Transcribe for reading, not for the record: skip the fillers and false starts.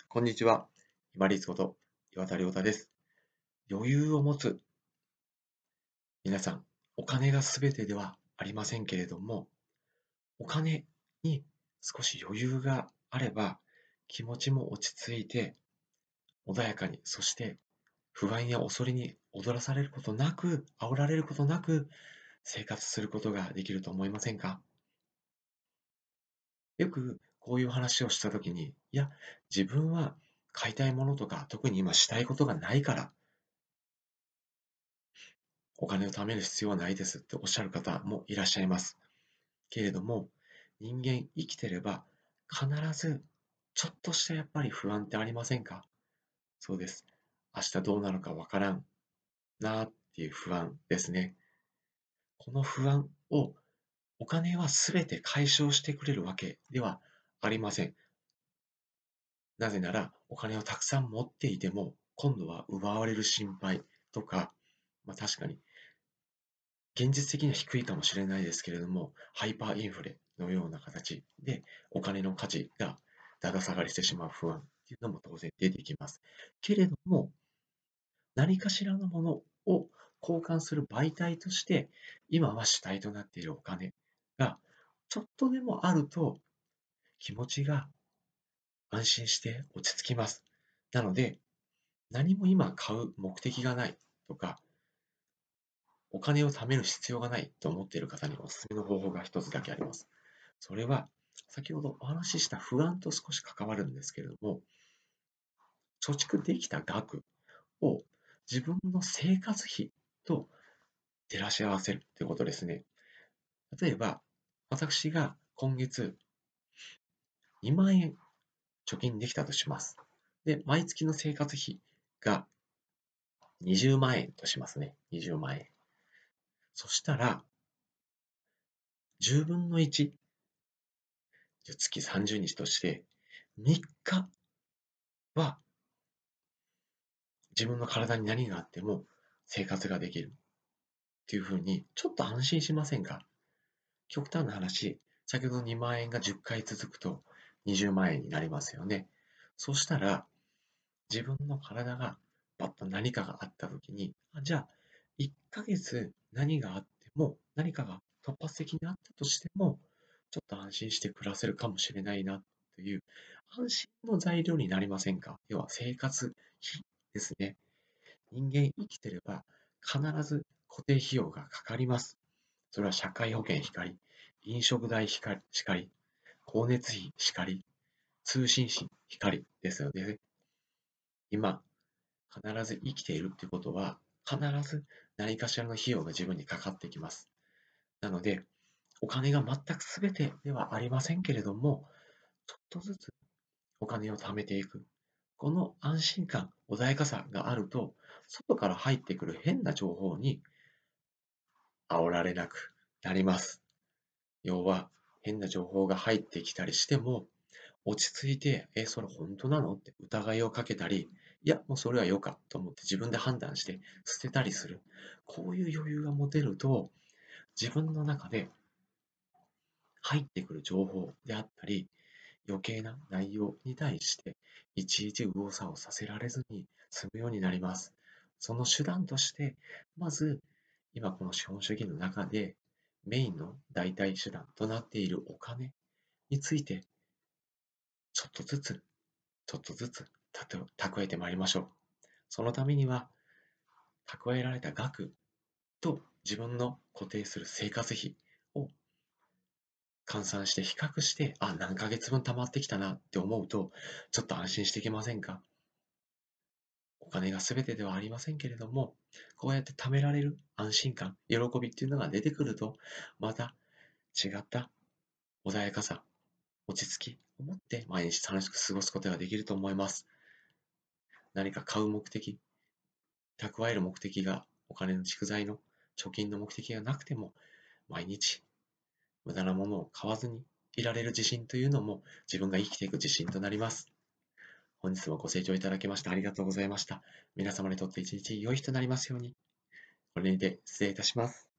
こんにちは。今立こと岩田亮太です。余裕を持つ。皆さん、お金が全てではありませんけれども、お金に少し余裕があれば、気持ちも落ち着いて、穏やかに、そして不安や恐れに踊らされることなく、煽られることなく、生活することができると思いませんか？よくこういう話をしたときに、いや、自分は買いたいものとか、特に今したいことがないから、お金を貯める必要はないですっておっしゃる方もいらっしゃいます。けれども、人間生きてれば必ずちょっとしたやっぱり不安ってありませんか？そうです。明日どうなるかわからんなっていう不安ですね。この不安をお金は全て解消してくれるわけではありません。なぜならお金をたくさん持っていても今度は奪われる心配とか、確かに現実的には低いかもしれないですけれども、ハイパーインフレのような形でお金の価値がだだ下がりしてしまう不安っていうのも当然出てきます。けれども、何かしらのものを交換する媒体として、今は主体となっているお金がちょっとでもあると気持ちが安心して落ち着きます。なので、何も今買う目的がないとか、お金を貯める必要がないと思っている方におすすめの方法が一つだけあります。それは、先ほどお話しした不安と少し関わるんですけれども、貯蓄できた額を自分の生活費と照らし合わせるということですね。例えば、私が今月2万円貯金できたとします。で、毎月の生活費が20万円としますね。20万円。そしたら、10分の1、月30日として、3日は自分の体に何があっても生活ができるっていうふうに、ちょっと安心しませんか？極端な話、先ほど2万円が10回続くと20万円になりますよね。そしたら、自分の体がパッと何かがあった時に、じゃあ、1ヶ月何があっても、何かが突発的にあったとしても、ちょっと安心して暮らせるかもしれないなという安心の材料になりませんか？要は生活費ですね。人間生きてれば必ず固定費用がかかります。それは社会保険しかり、飲食代しかり、光熱費しかり、通信費しかりですよね。今、必ず生きているっていうことは、必ず何かしらの費用が自分にかかってきます。なので、お金が全く全てではありませんけれども、ちょっとずつお金を貯めていく。この安心感、穏やかさがあると、外から入ってくる変な情報に煽られなくなります。要は、変な情報が入ってきたりしても、落ち着いて、それ本当なのって疑いをかけたり、いや、もうそれは良かと思って自分で判断して捨てたりする。こういう余裕が持てると、自分の中で入ってくる情報であったり、余計な内容に対して、いちいち右往左往させられずに済むようになります。その手段として、まず、今この資本主義の中で、メインの代替手段となっているお金について、ちょっとずつ、ちょっとずつ蓄えてまいりましょう。そのためには、蓄えられた額と自分の固定する生活費を換算して比較して、何ヶ月分貯まってきたなって思うと、ちょっと安心してきませんか？お金が全てではありませんけれども、こうやって貯められる安心感、喜びっていうのが出てくると、また違った穏やかさ、落ち着きを持って毎日楽しく過ごすことができると思います。何か買う目的、蓄える目的がお金の蓄財の貯金の目的がなくても、毎日無駄なものを買わずにいられる自信というのも自分が生きていく自信となります。本日もご清聴いただきましてありがとうございました。皆様にとって一日良い日となりますように。これにて失礼いたします。